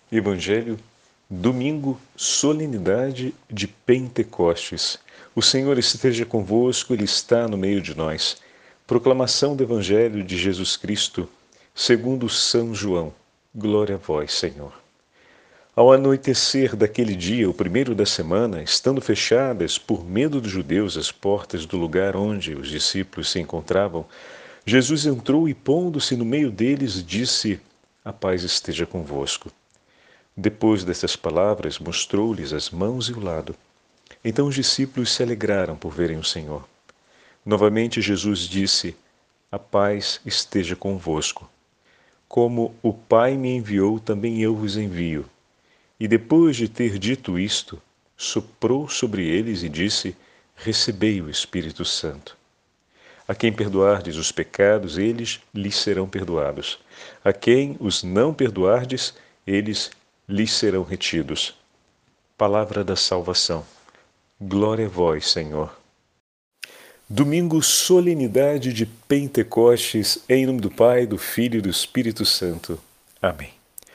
Evangelho, domingo, solenidade de Pentecostes. O Senhor esteja convosco, Ele está no meio de nós. Proclamação do Evangelho de Jesus Cristo, segundo São João. Glória a vós, Senhor. Ao anoitecer daquele dia, o primeiro da semana, estando fechadas, por medo dos judeus, as portas do lugar onde os discípulos se encontravam, Jesus entrou e, pondo-se no meio deles, disse: A paz esteja convosco. Depois dessas palavras, mostrou-lhes as mãos e o lado. Então os discípulos se alegraram por verem o Senhor. Novamente Jesus disse: A paz esteja convosco. Como o Pai me enviou, também eu vos envio. E depois de ter dito isto, soprou sobre eles e disse: Recebei o Espírito Santo. A quem perdoardes os pecados, eles lhes serão perdoados. A quem os não perdoardes, eles lhes serão retidos. Palavra da salvação. Glória a vós, Senhor. Domingo, solenidade de Pentecostes, em nome do Pai, do Filho e do Espírito Santo. Amém.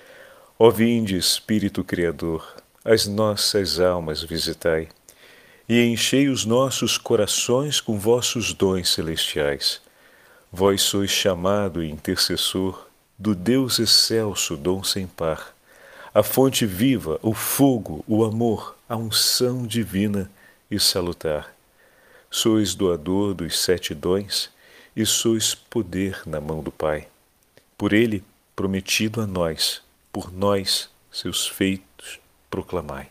Ó vinde, Espírito Criador, as nossas almas visitai, e enchei os nossos corações com vossos dons celestiais. Vós sois chamado e intercessor do Deus excelso, dom sem par, a fonte viva, o fogo, o amor, a unção divina e salutar. Sois doador dos 7 dons e sois poder na mão do Pai. Por ele, prometido a nós, por nós, seus feitos, proclamai.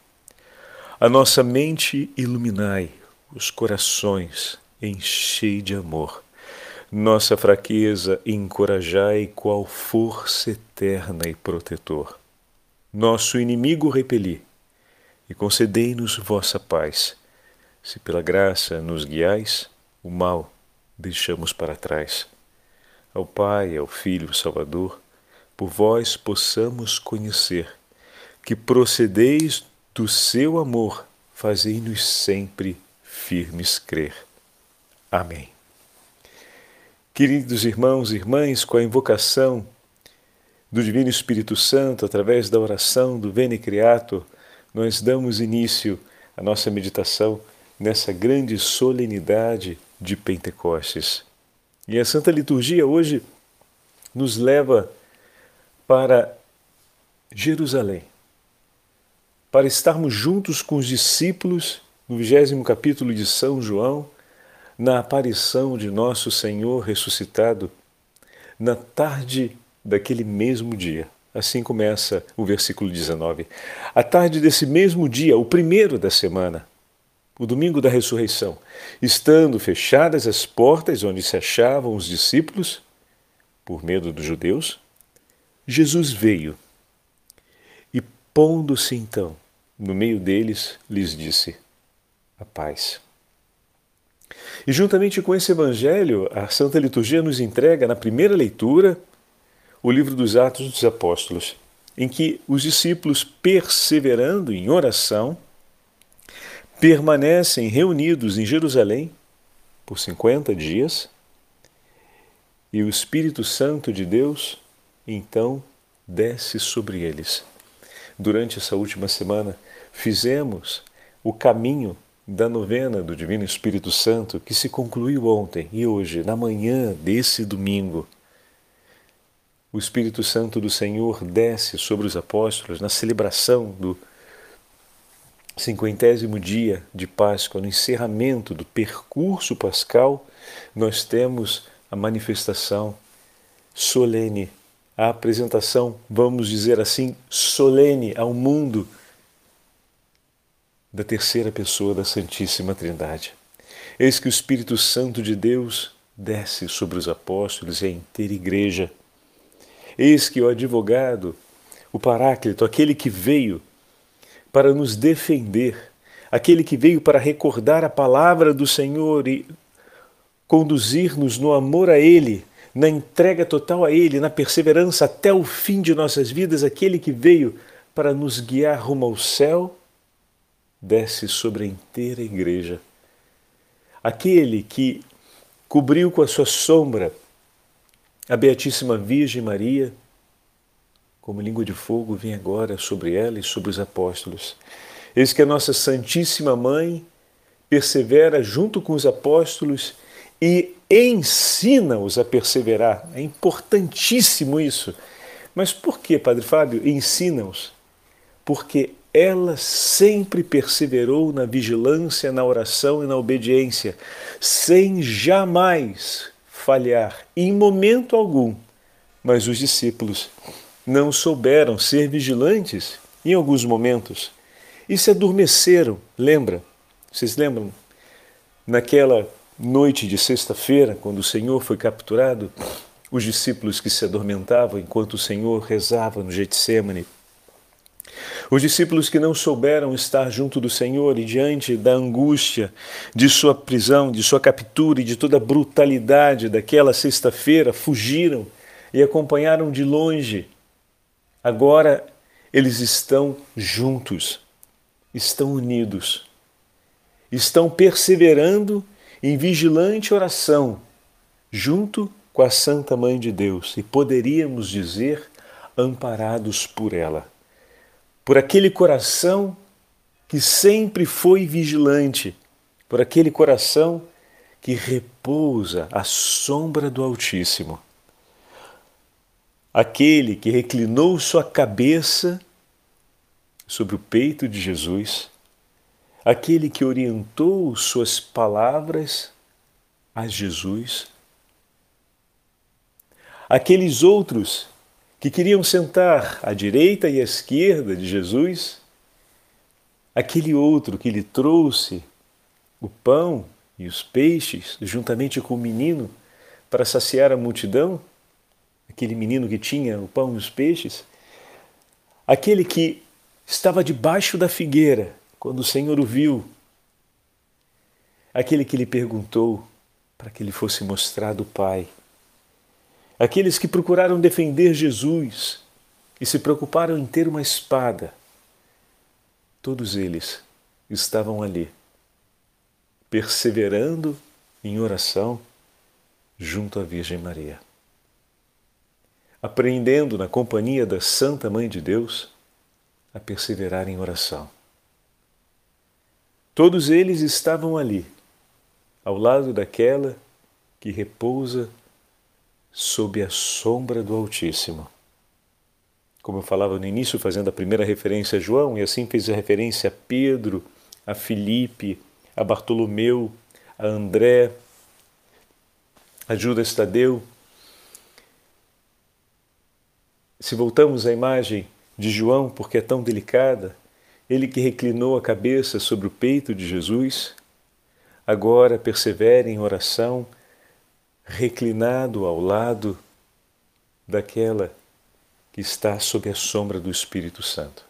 A nossa mente iluminai, os corações enchei de amor. Nossa fraqueza encorajai qual força eterna e protetor. Nosso inimigo repeli, e concedei-nos vossa paz. Se pela graça nos guiais, o mal deixamos para trás. Ao Pai, ao Filho Salvador, por vós possamos conhecer que procedeis do seu amor, fazei-nos sempre firmes crer. Amém. Queridos irmãos e irmãs, com a invocação do Divino Espírito Santo, através da oração do Veni Creator, nós damos início à nossa meditação nessa grande solenidade de Pentecostes. E a Santa Liturgia hoje nos leva para Jerusalém, para estarmos juntos com os discípulos no 20º capítulo de São João, na aparição de nosso Senhor ressuscitado, na tarde daquele mesmo dia. Assim começa o versículo 19. À tarde desse mesmo dia, o primeiro da semana, o domingo da ressurreição, estando fechadas as portas onde se achavam os discípulos, por medo dos judeus, Jesus veio e, pondo-se então no meio deles, lhes disse: A paz. E juntamente com esse evangelho, a Santa Liturgia nos entrega, na primeira leitura, o livro dos Atos dos Apóstolos, em que os discípulos, perseverando em oração, permanecem reunidos em Jerusalém por 50 dias, e o Espírito Santo de Deus, então, desce sobre eles. Durante essa última semana, fizemos o caminho da novena do Divino Espírito Santo, que se concluiu ontem e hoje, na manhã desse domingo. O Espírito Santo do Senhor desce sobre os apóstolos na celebração do 50º dia de Páscoa, no encerramento do percurso pascal. Nós temos a manifestação solene, a apresentação, vamos dizer assim, solene ao mundo da terceira pessoa da Santíssima Trindade. Eis que o Espírito Santo de Deus desce sobre os apóstolos e a inteira igreja. Eis que o advogado, o Paráclito, aquele que veio para nos defender, aquele que veio para recordar a palavra do Senhor e conduzir-nos no amor a Ele, na entrega total a Ele, na perseverança até o fim de nossas vidas, aquele que veio para nos guiar rumo ao céu, desce sobre a inteira igreja. Aquele que cobriu com a sua sombra a Beatíssima Virgem Maria, como língua de fogo, vem agora sobre ela e sobre os apóstolos. Eis que a nossa Santíssima Mãe persevera junto com os apóstolos e ensina-os a perseverar. É importantíssimo isso. Mas por que, Padre Fábio, ensina-os? Porque ela sempre perseverou na vigilância, na oração e na obediência, sem jamais falhar, em momento algum. Mas os discípulos não souberam ser vigilantes em alguns momentos e se adormeceram. Lembra? Vocês lembram? Naquela noite de sexta-feira, quando o Senhor foi capturado, os discípulos que se adormentavam enquanto o Senhor rezava no Getsêmani, os discípulos que não souberam estar junto do Senhor e diante da angústia de sua prisão, de sua captura e de toda a brutalidade daquela sexta-feira, fugiram e acompanharam de longe. Agora eles estão juntos, estão unidos, estão perseverando em vigilante oração, junto com a Santa Mãe de Deus, e poderíamos dizer, amparados por ela. Por aquele coração que sempre foi vigilante, por aquele coração que repousa à sombra do Altíssimo. Aquele que reclinou sua cabeça sobre o peito de Jesus, aquele que orientou suas palavras a Jesus, aqueles outros que queriam sentar à direita e à esquerda de Jesus, aquele outro que lhe trouxe o pão e os peixes, juntamente com o menino, para saciar a multidão, aquele menino que tinha o pão e os peixes, aquele que estava debaixo da figueira, quando o Senhor o viu, aquele que lhe perguntou para que lhe fosse mostrado o Pai, aqueles que procuraram defender Jesus e se preocuparam em ter uma espada, todos eles estavam ali, perseverando em oração junto à Virgem Maria. Aprendendo na companhia da Santa Mãe de Deus a perseverar em oração. Todos eles estavam ali, ao lado daquela que repousa sob a sombra do Altíssimo. Como eu falava no início, fazendo a primeira referência a João, e assim fez a referência a Pedro, a Filipe, a Bartolomeu, a André, a Judas Tadeu. Se voltamos à imagem de João, porque é tão delicada, ele que reclinou a cabeça sobre o peito de Jesus, agora persevera em oração, reclinado ao lado daquela que está sob a sombra do Espírito Santo.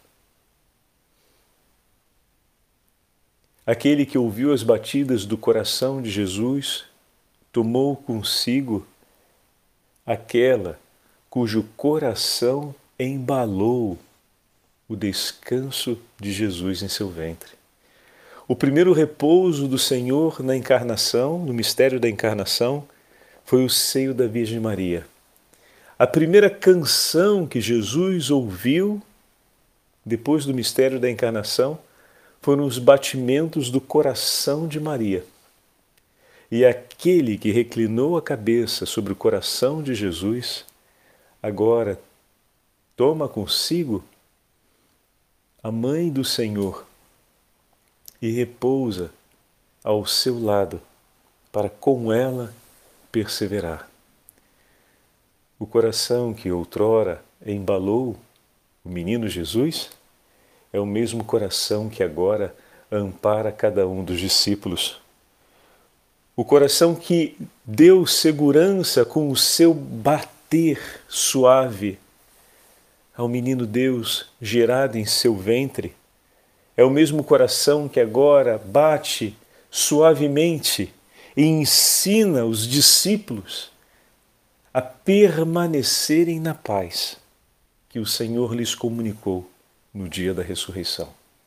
Aquele que ouviu as batidas do coração de Jesus, tomou consigo aquela cujo coração embalou o descanso de Jesus em seu ventre. O primeiro repouso do Senhor na encarnação, no mistério da encarnação, foi o seio da Virgem Maria. A primeira canção que Jesus ouviu depois do mistério da encarnação foram os batimentos do coração de Maria. E aquele que reclinou a cabeça sobre o coração de Jesus, agora toma consigo a Mãe do Senhor e repousa ao seu lado para com ela perseverar. O coração que outrora embalou o menino Jesus é o mesmo coração que agora ampara cada um dos discípulos. O coração que deu segurança com o seu bater suave ao menino Deus gerado em seu ventre, é o mesmo coração que agora bate suavemente e ensina os discípulos a permanecerem na paz que o Senhor lhes comunicou no dia da ressurreição.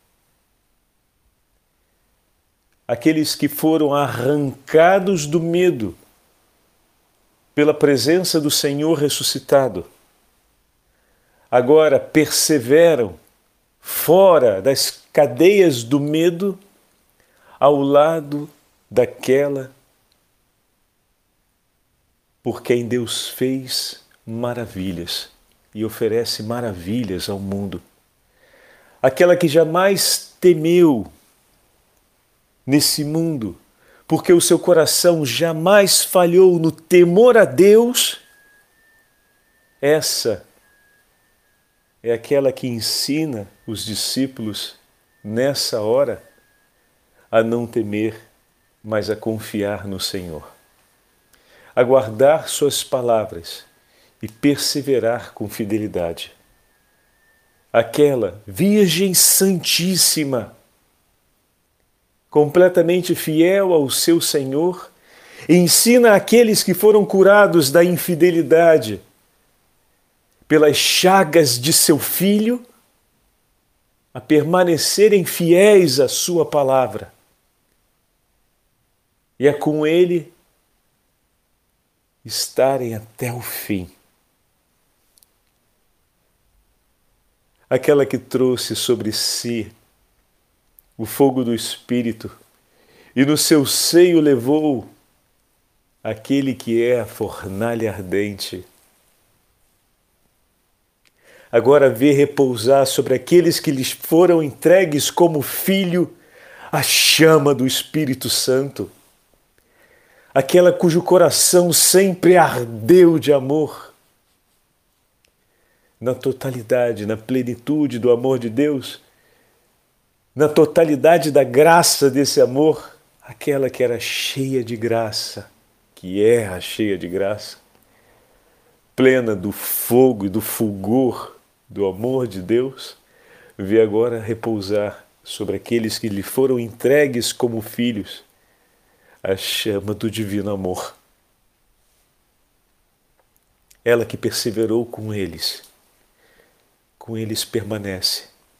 Aqueles que foram arrancados do medo pela presença do Senhor ressuscitado, agora perseveram fora das cadeias do medo, ao lado daquela por quem Deus fez maravilhas e oferece maravilhas ao mundo. Aquela que jamais temeu nesse mundo, porque o seu coração jamais falhou no temor a Deus, essa é aquela que ensina os discípulos nessa hora a não temer, mas a confiar no Senhor, a guardar suas palavras e perseverar com fidelidade. Aquela Virgem Santíssima, completamente fiel ao seu Senhor, ensina àqueles que foram curados da infidelidade pelas chagas de seu Filho a permanecerem fiéis à sua palavra e a com Ele estarem até o fim. Aquela que trouxe sobre si o fogo do Espírito e no seu seio levou aquele que é a fornalha ardente. Agora vê repousar sobre aqueles que lhes foram entregues como filho a chama do Espírito Santo, aquela cujo coração sempre ardeu de amor. Na totalidade, na plenitude do amor de Deus, na totalidade da graça desse amor, aquela que era cheia de graça, que é a cheia de graça, plena do fogo e do fulgor do amor de Deus, vê agora repousar sobre aqueles que lhe foram entregues como filhos a chama do divino amor. Ela que perseverou com eles permanece.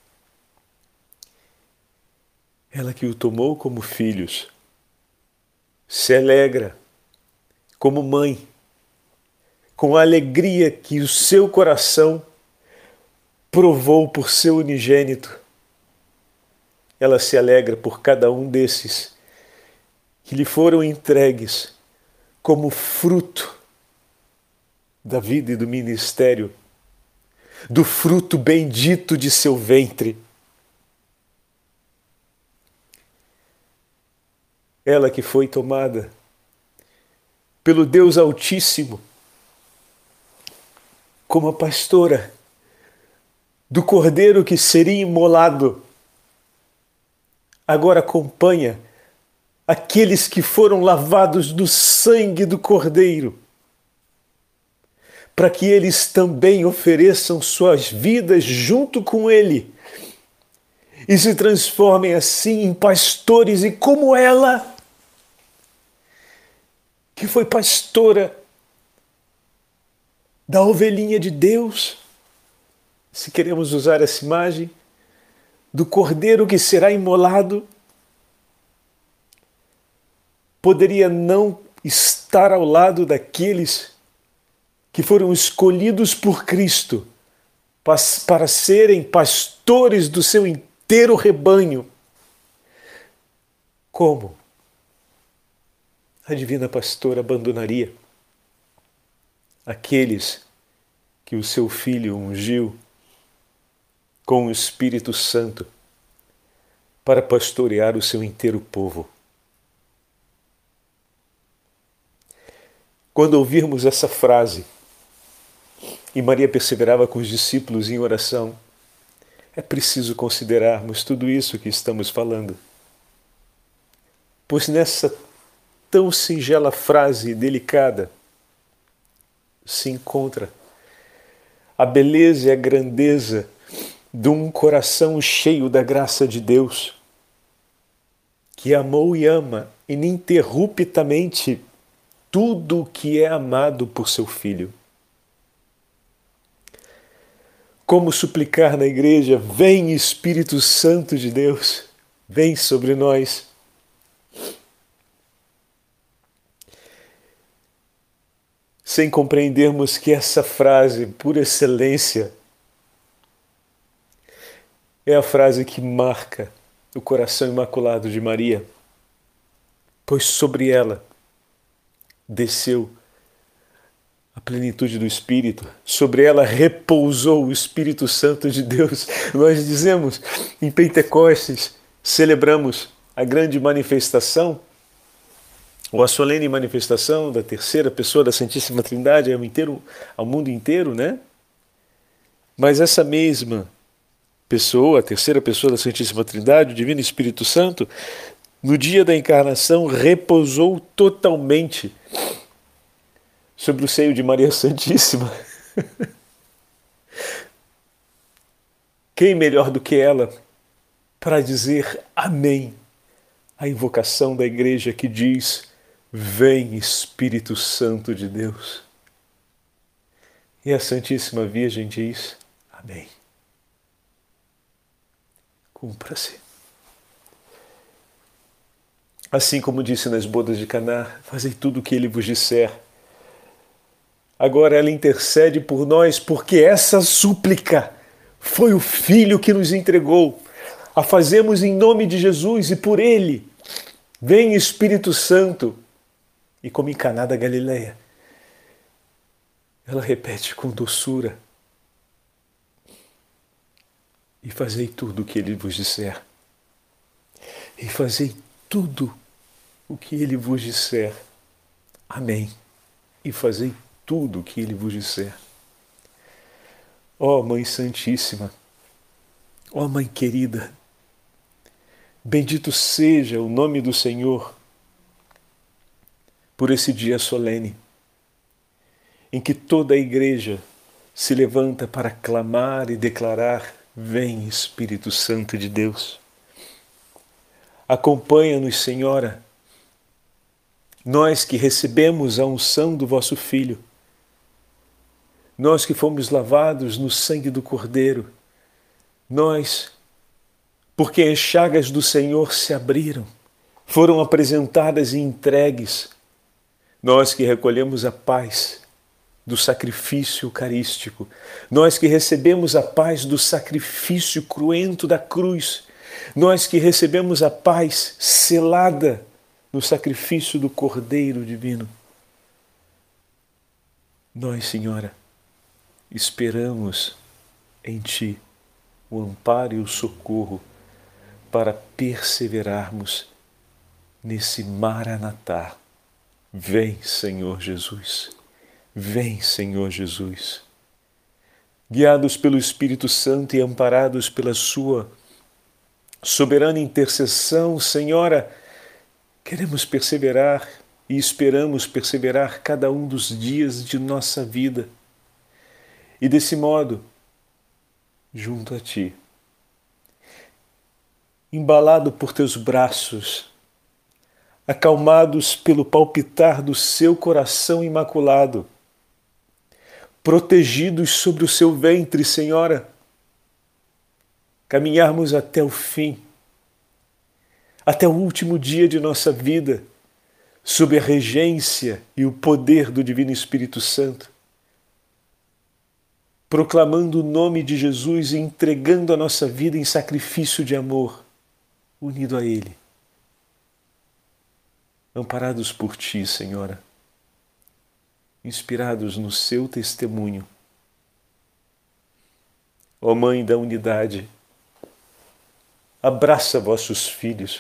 Ela que o tomou como filhos, se alegra como mãe, com a alegria que o seu coração provou por seu unigênito. Ela se alegra por cada um desses que lhe foram entregues como fruto da vida e do ministério, do fruto bendito de seu ventre. Ela que foi tomada pelo Deus Altíssimo como a pastora do cordeiro que seria imolado, agora acompanha aqueles que foram lavados no sangue do cordeiro, para que eles também ofereçam suas vidas junto com ele e se transformem assim em pastores, e como ela, que foi pastora da ovelhinha de Deus, se queremos usar essa imagem, do cordeiro que será imolado, poderia não estar ao lado daqueles que foram escolhidos por Cristo para serem pastores do seu inteiro rebanho. Como a divina pastora abandonaria aqueles que o seu Filho ungiu com o Espírito Santo para pastorear o seu inteiro povo? Quando ouvirmos essa frase, e Maria perseverava com os discípulos em oração, é preciso considerarmos tudo isso que estamos falando. Pois nessa tão singela frase delicada se encontra a beleza e a grandeza de um coração cheio da graça de Deus, que amou e ama ininterruptamente tudo o que é amado por seu Filho. Como suplicar na igreja: vem Espírito Santo de Deus, vem sobre nós. Sem compreendermos que essa frase, por excelência, é a frase que marca o coração imaculado de Maria, pois sobre ela desceu a plenitude do Espírito, sobre ela repousou o Espírito Santo de Deus. Nós dizemos em Pentecostes, celebramos a grande manifestação, ou a solene manifestação da terceira pessoa da Santíssima Trindade ao mundo inteiro, né? Mas essa mesma pessoa, a terceira pessoa da Santíssima Trindade, o Divino Espírito Santo, no dia da encarnação repousou totalmente sobre o seio de Maria Santíssima. Quem melhor do que ela para dizer amém à invocação da igreja que diz: vem Espírito Santo de Deus. E a Santíssima Virgem diz: amém. Cumpra-se. Assim como disse nas bodas de Caná, fazei tudo o que ele vos disser. Agora ela intercede por nós, porque essa súplica foi o Filho que nos entregou. A fazemos em nome de Jesus e por ele. Vem Espírito Santo. E como em Caná da Galileia, ela repete com doçura: e fazei tudo o que ele vos disser. E fazei tudo o que ele vos disser. Amém. E fazei tudo o que ele vos disser. Ó Mãe Santíssima, ó Mãe querida, bendito seja o nome do Senhor por esse dia solene, em que toda a Igreja se levanta para clamar e declarar: vem Espírito Santo de Deus. Acompanha-nos, Senhora, nós que recebemos a unção do vosso Filho, nós que fomos lavados no sangue do Cordeiro, nós, porque as chagas do Senhor se abriram, foram apresentadas e entregues, nós que recolhemos a paz do sacrifício eucarístico, nós que recebemos a paz do sacrifício cruento da cruz, nós que recebemos a paz selada no sacrifício do Cordeiro Divino. Nós, Senhora, esperamos em Ti o amparo e o socorro para perseverarmos nesse Maranatá. Vem, Senhor Jesus. Vem, Senhor Jesus. Guiados pelo Espírito Santo e amparados pela Sua soberana intercessão, Senhora, queremos perseverar e esperamos perseverar cada um dos dias de nossa vida. E desse modo, junto a Ti, embalado por Teus braços, acalmados pelo palpitar do Seu coração imaculado, protegidos sobre o Seu ventre, Senhora, caminharmos até o fim, até o último dia de nossa vida, sob a regência e o poder do Divino Espírito Santo, proclamando o nome de Jesus e entregando a nossa vida em sacrifício de amor, unido a Ele. Amparados por Ti, Senhora, inspirados no Seu testemunho. Ó Mãe da Unidade, abraça vossos filhos.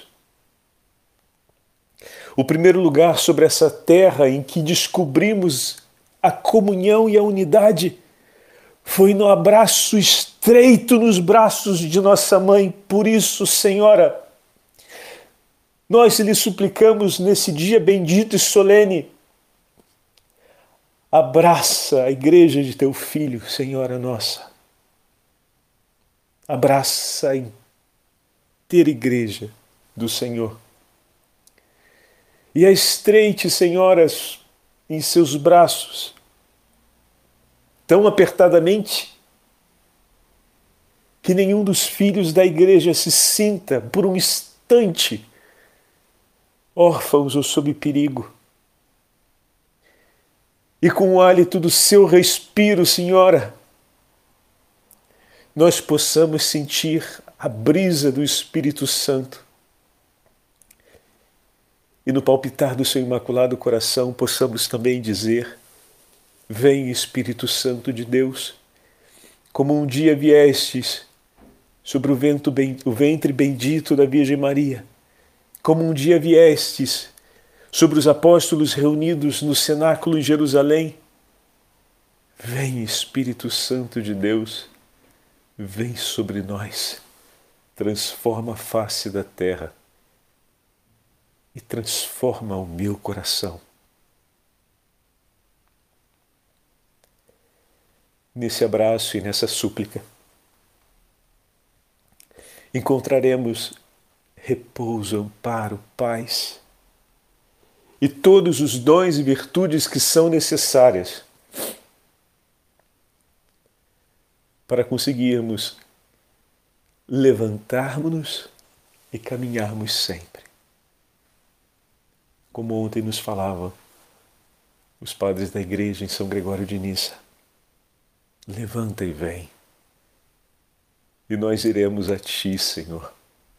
O primeiro lugar sobre essa terra em que descobrimos a comunhão e a unidade foi no abraço estreito nos braços de nossa Mãe. Por isso, Senhora, nós lhe suplicamos nesse dia bendito e solene, abraça a igreja de Teu Filho, Senhora nossa. Abraça a inteira igreja do Senhor. E a estreite, Senhora, em Seus braços, tão apertadamente, que nenhum dos filhos da igreja se sinta, por um instante, órfãos ou sob perigo. E com o hálito do Seu respiro, Senhora, nós possamos sentir a brisa do Espírito Santo. E no palpitar do seu imaculado coração possamos também dizer: vem Espírito Santo de Deus, como um dia viestes sobre o ventre bendito da Virgem Maria, como um dia viestes sobre os apóstolos reunidos no cenáculo em Jerusalém. Vem Espírito Santo de Deus, vem sobre nós, transforma a face da terra e transforma o meu coração. Nesse abraço e nessa súplica, encontraremos repouso, amparo, paz e todos os dons e virtudes que são necessárias para conseguirmos levantarmos-nos e caminharmos sempre. Como ontem nos falavam os padres da igreja em São Gregório de Nissa: levanta e vem, e nós iremos a Ti, Senhor.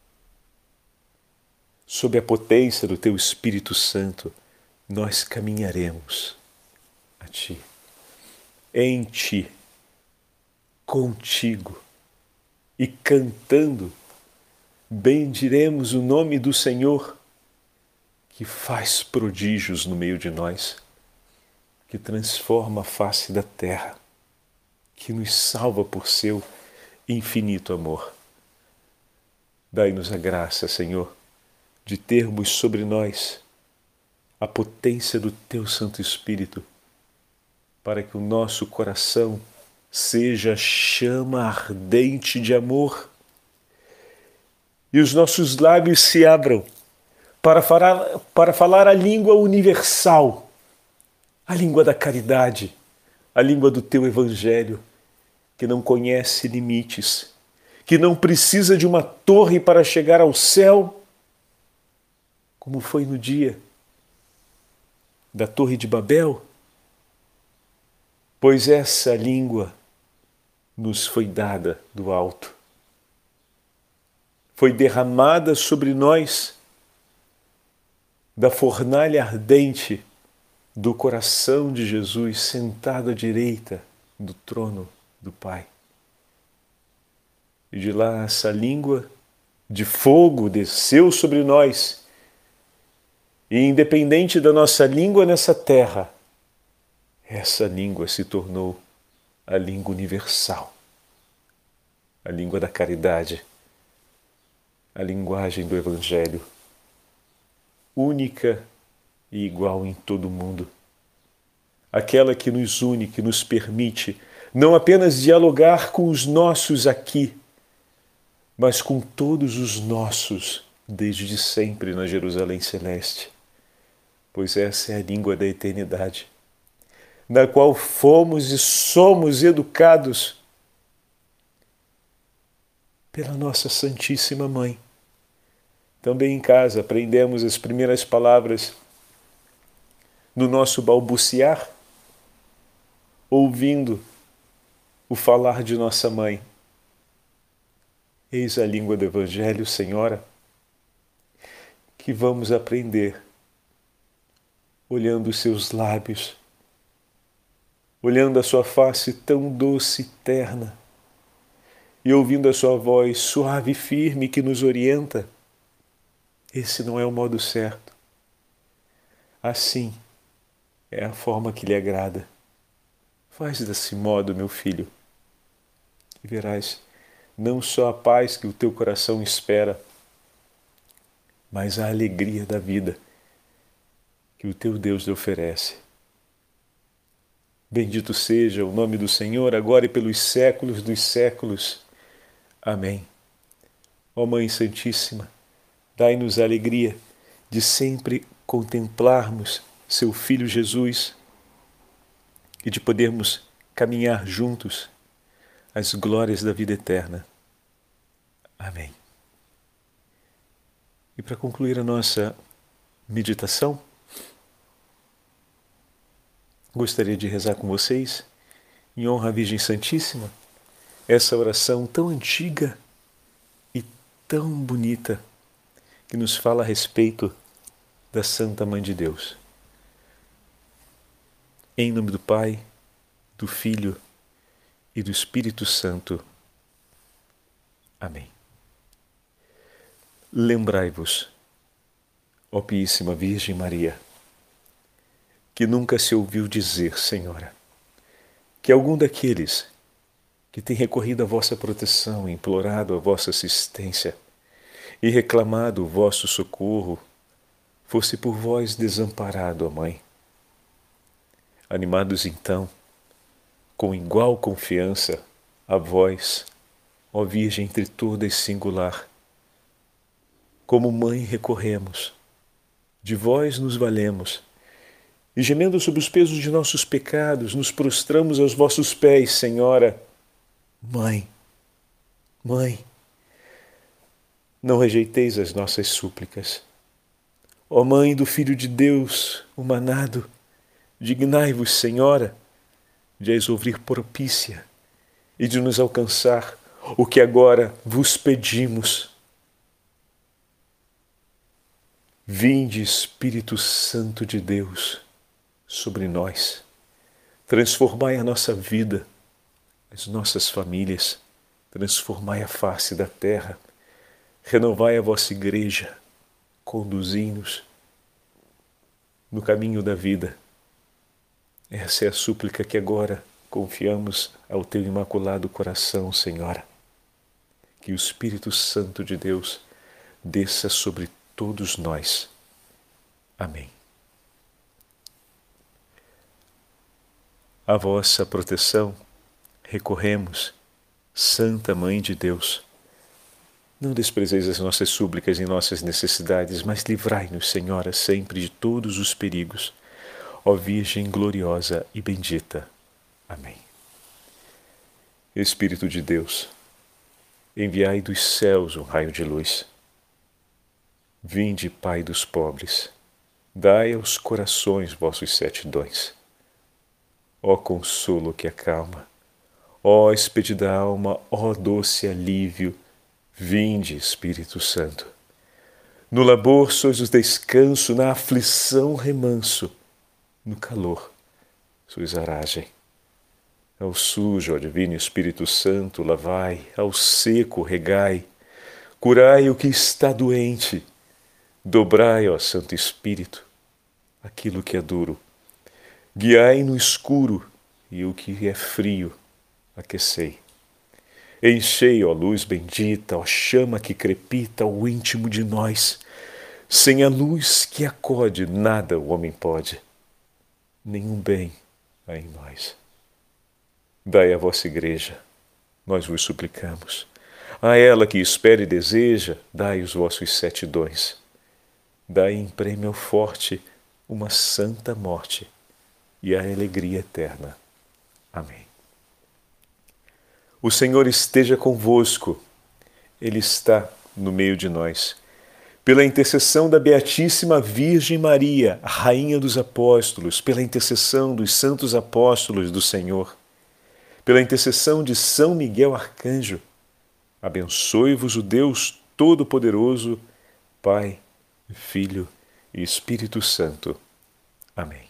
Sob a potência do Teu Espírito Santo, nós caminharemos a Ti, em Ti, contigo, e cantando, bendiremos o nome do Senhor, que faz prodígios no meio de nós, que transforma a face da terra, que nos salva por seu infinito amor. Dai-nos a graça, Senhor, de termos sobre nós a potência do Teu Santo Espírito, para que o nosso coração seja chama ardente de amor e os nossos lábios se abram para falar a língua universal, a língua da caridade, a língua do Teu Evangelho, que não conhece limites, que não precisa de uma torre para chegar ao céu, como foi no dia da Torre de Babel, pois essa língua nos foi dada do alto, foi derramada sobre nós da fornalha ardente do coração de Jesus, sentado à direita do trono do Pai. E de lá essa língua de fogo desceu sobre nós, e independente da nossa língua nessa terra, essa língua se tornou a língua universal, a língua da caridade, a linguagem do Evangelho, única e igual em todo o mundo, aquela que nos une, que nos permite não apenas dialogar com os nossos aqui, mas com todos os nossos desde sempre na Jerusalém Celeste, pois essa é a língua da eternidade, na qual fomos e somos educados pela nossa Santíssima Mãe. Também em casa aprendemos as primeiras palavras no nosso balbuciar, ouvindo o falar de nossa Mãe. Eis a língua do Evangelho, Senhora, que vamos aprender olhando os seus lábios, olhando a sua face tão doce e terna e ouvindo a sua voz suave e firme que nos orienta. Esse não é o modo certo. Assim é a forma que lhe agrada. Faz desse modo, meu filho, e verás não só a paz que o teu coração espera, mas a alegria da vida que o teu Deus lhe oferece. Bendito seja o nome do Senhor, agora e pelos séculos dos séculos. Amém. Ó Mãe Santíssima, dai-nos a alegria de sempre contemplarmos seu Filho Jesus e de podermos caminhar juntos às glórias da vida eterna. Amém. E para concluir a nossa meditação, gostaria de rezar com vocês, em honra à Virgem Santíssima, essa oração tão antiga tão bonita que nos fala a respeito da Santa Mãe de Deus. Em nome do Pai, do Filho e do Espírito Santo. Amém. Lembrai-vos, ó Piíssima Virgem Maria, que nunca se ouviu dizer, Senhora, que algum daqueles que tem recorrido à vossa proteção, implorado a vossa assistência e reclamado o vosso socorro, fosse por vós desamparado, ó Mãe. Animados então, com igual confiança, a vós, ó Virgem entre todas singular, como Mãe recorremos, de vós nos valemos, e gemendo sob os pesos de nossos pecados, nos prostramos aos vossos pés, Senhora. Mãe, Mãe, não rejeiteis as nossas súplicas. Ó Mãe do Filho de Deus, humanado, dignai-vos, Senhora, de as ouvir propícia e de nos alcançar o que agora vos pedimos. Vinde, Espírito Santo de Deus, sobre nós. Transformai a nossa vida, as nossas famílias, transformai a face da terra, renovai a vossa igreja, conduzi-nos no caminho da vida. Essa é a súplica que agora confiamos ao teu imaculado coração, Senhora. Que o Espírito Santo de Deus desça sobre todos nós. Amém. A vossa proteção recorremos, Santa Mãe de Deus. Não desprezeis as nossas súplicas e nossas necessidades, mas livrai-nos, Senhora, sempre de todos os perigos. Ó Virgem gloriosa e bendita. Amém. Espírito de Deus, enviai dos céus um raio de luz. Vinde, Pai dos pobres, dai aos corações vossos 7 dons. Ó consolo que acalma, ó expedida alma, ó doce alívio, vinde, Espírito Santo. No labor sois o descanso, na aflição remanso, no calor sois aragem. Ao sujo, ó Divino Espírito Santo, lavai, ao seco regai, curai o que está doente, dobrai, ó Santo Espírito, aquilo que é duro, guiai no escuro e o que é frio, aquecei. Enchei, ó luz bendita, ó chama que crepita o íntimo de nós. Sem a luz que acode, nada o homem pode, nenhum bem há em nós. Dai à vossa igreja, nós vos suplicamos. A ela que espera e deseja, dai os vossos 7 dons. Dai em prêmio forte uma santa morte e a alegria eterna. Amém. O Senhor esteja convosco, Ele está no meio de nós. Pela intercessão da Beatíssima Virgem Maria, a Rainha dos Apóstolos, pela intercessão dos santos apóstolos do Senhor, pela intercessão de São Miguel Arcanjo, abençoe-vos o Deus Todo-Poderoso, Pai, Filho e Espírito Santo. Amém.